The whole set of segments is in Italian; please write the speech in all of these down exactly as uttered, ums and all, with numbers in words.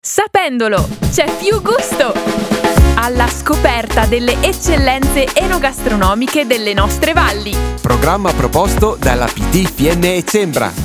Sapendolo, c'è più gusto! Alla scoperta delle eccellenze enogastronomiche delle nostre valli. Programma proposto dalla P T Fiemme e Cembra.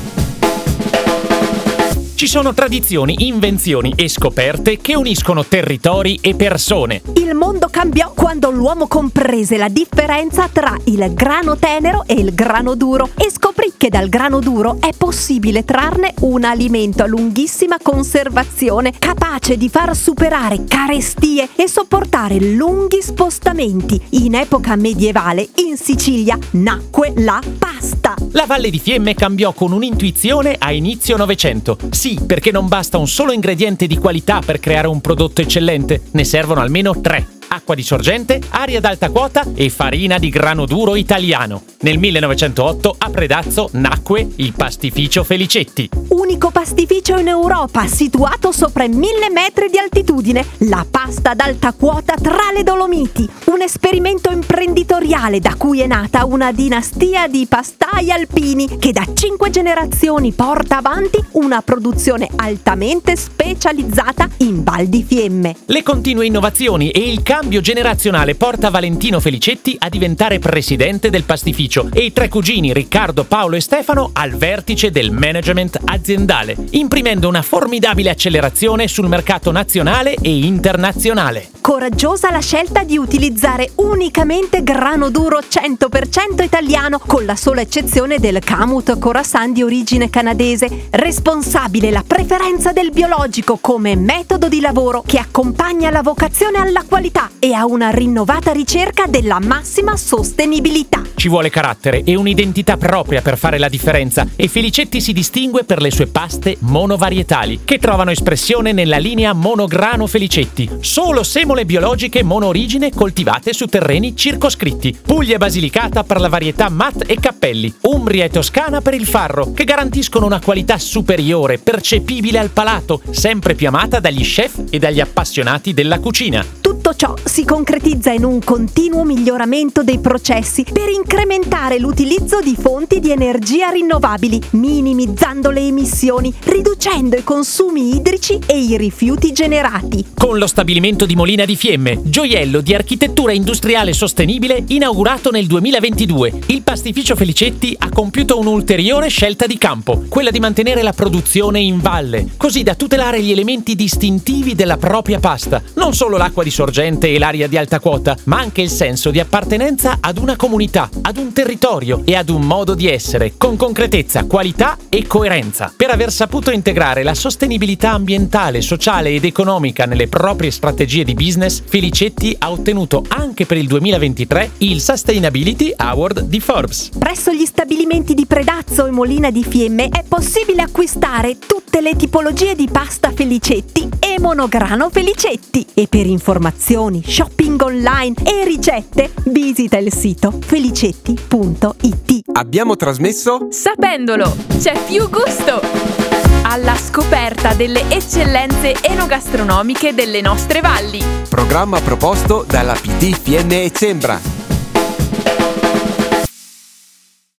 Ci sono tradizioni, invenzioni e scoperte che uniscono territori e persone. Il mondo cambiò quando l'uomo comprese la differenza tra il grano tenero e il grano duro e scoprì che dal grano duro è possibile trarne un alimento a lunghissima conservazione, capace di far superare carestie e sopportare lunghi spostamenti. In epoca medievale, in Sicilia, nacque la pasta. La Valle di Fiemme cambiò con un'intuizione a inizio Novecento. Sì, perché non basta un solo ingrediente di qualità per creare un prodotto eccellente, ne servono almeno tre: acqua di sorgente, aria ad alta quota e farina di grano duro italiano. Nel millenovecentootto a Predazzo nacque il pastificio Felicetti. Unico pastificio in Europa, situato sopra i mille metri di altitudine, la pasta ad alta quota tra le Dolomiti. Un esperimento imprenditoriale da cui è nata una dinastia di pastai alpini che da cinque generazioni porta avanti una produzione altamente specializzata in Val di Fiemme. Le continue innovazioni e il cambio generazionale porta Valentino Felicetti a diventare presidente del pastificio e i tre cugini Riccardo, Paolo e Stefano al vertice del management aziendale, imprimendo una formidabile accelerazione sul mercato nazionale e internazionale. Coraggiosa la scelta di utilizzare unicamente grano duro cento per cento italiano, con la sola eccezione del Kamut Khorasan di origine canadese. Responsabile la preferenza del biologico come metodo di lavoro che accompagna la vocazione alla qualità e a una rinnovata ricerca della massima sostenibilità. Ci vuole carattere e un'identità propria per fare la differenza, e Felicetti si distingue per le sue paste monovarietali che trovano espressione nella linea monograno Felicetti, solo semole biologiche monoorigine coltivate su terreni circoscritti, Puglia e Basilicata per la varietà Mat e Cappelli, Umbria e Toscana per il farro, che garantiscono una qualità superiore, percepibile al palato, sempre più amata dagli chef e dagli appassionati della cucina. Tutto ciò si concretizza in un continuo miglioramento dei processi per incrementare l'utilizzo di fonti di energia rinnovabili, minimizzando le emissioni, riducendo i consumi idrici e i rifiuti generati. Con lo stabilimento di Molina di Fiemme, gioiello di architettura industriale sostenibile inaugurato nel duemilaventidue, il pastificio Felicetti ha compiuto un'ulteriore scelta di campo, quella di mantenere la produzione in valle, così da tutelare gli elementi distintivi della propria pasta, non solo l'acqua di sorgente e l'aria di alta quota, ma anche il senso di appartenenza ad una comunità, ad un territorio e ad un modo di essere, con concretezza, qualità e coerenza. Per aver saputo integrare la sostenibilità ambientale, sociale ed economica nelle proprie strategie di business, Felicetti ha ottenuto anche per il duemilaventitré il Sustainability Award di Forbes. Presso gli stabilimenti di Predazzo e Molina di Fiemme è possibile acquistare tutte le tipologie di pasta Felicetti e monograno Felicetti, e per informazioni, shopping online e ricette visita il sito felicetti punto it. Abbiamo trasmesso Sapendolo, c'è più gusto! Alla scoperta delle eccellenze enogastronomiche delle nostre valli. programma proposto dalla P T Fiemme e Cembra.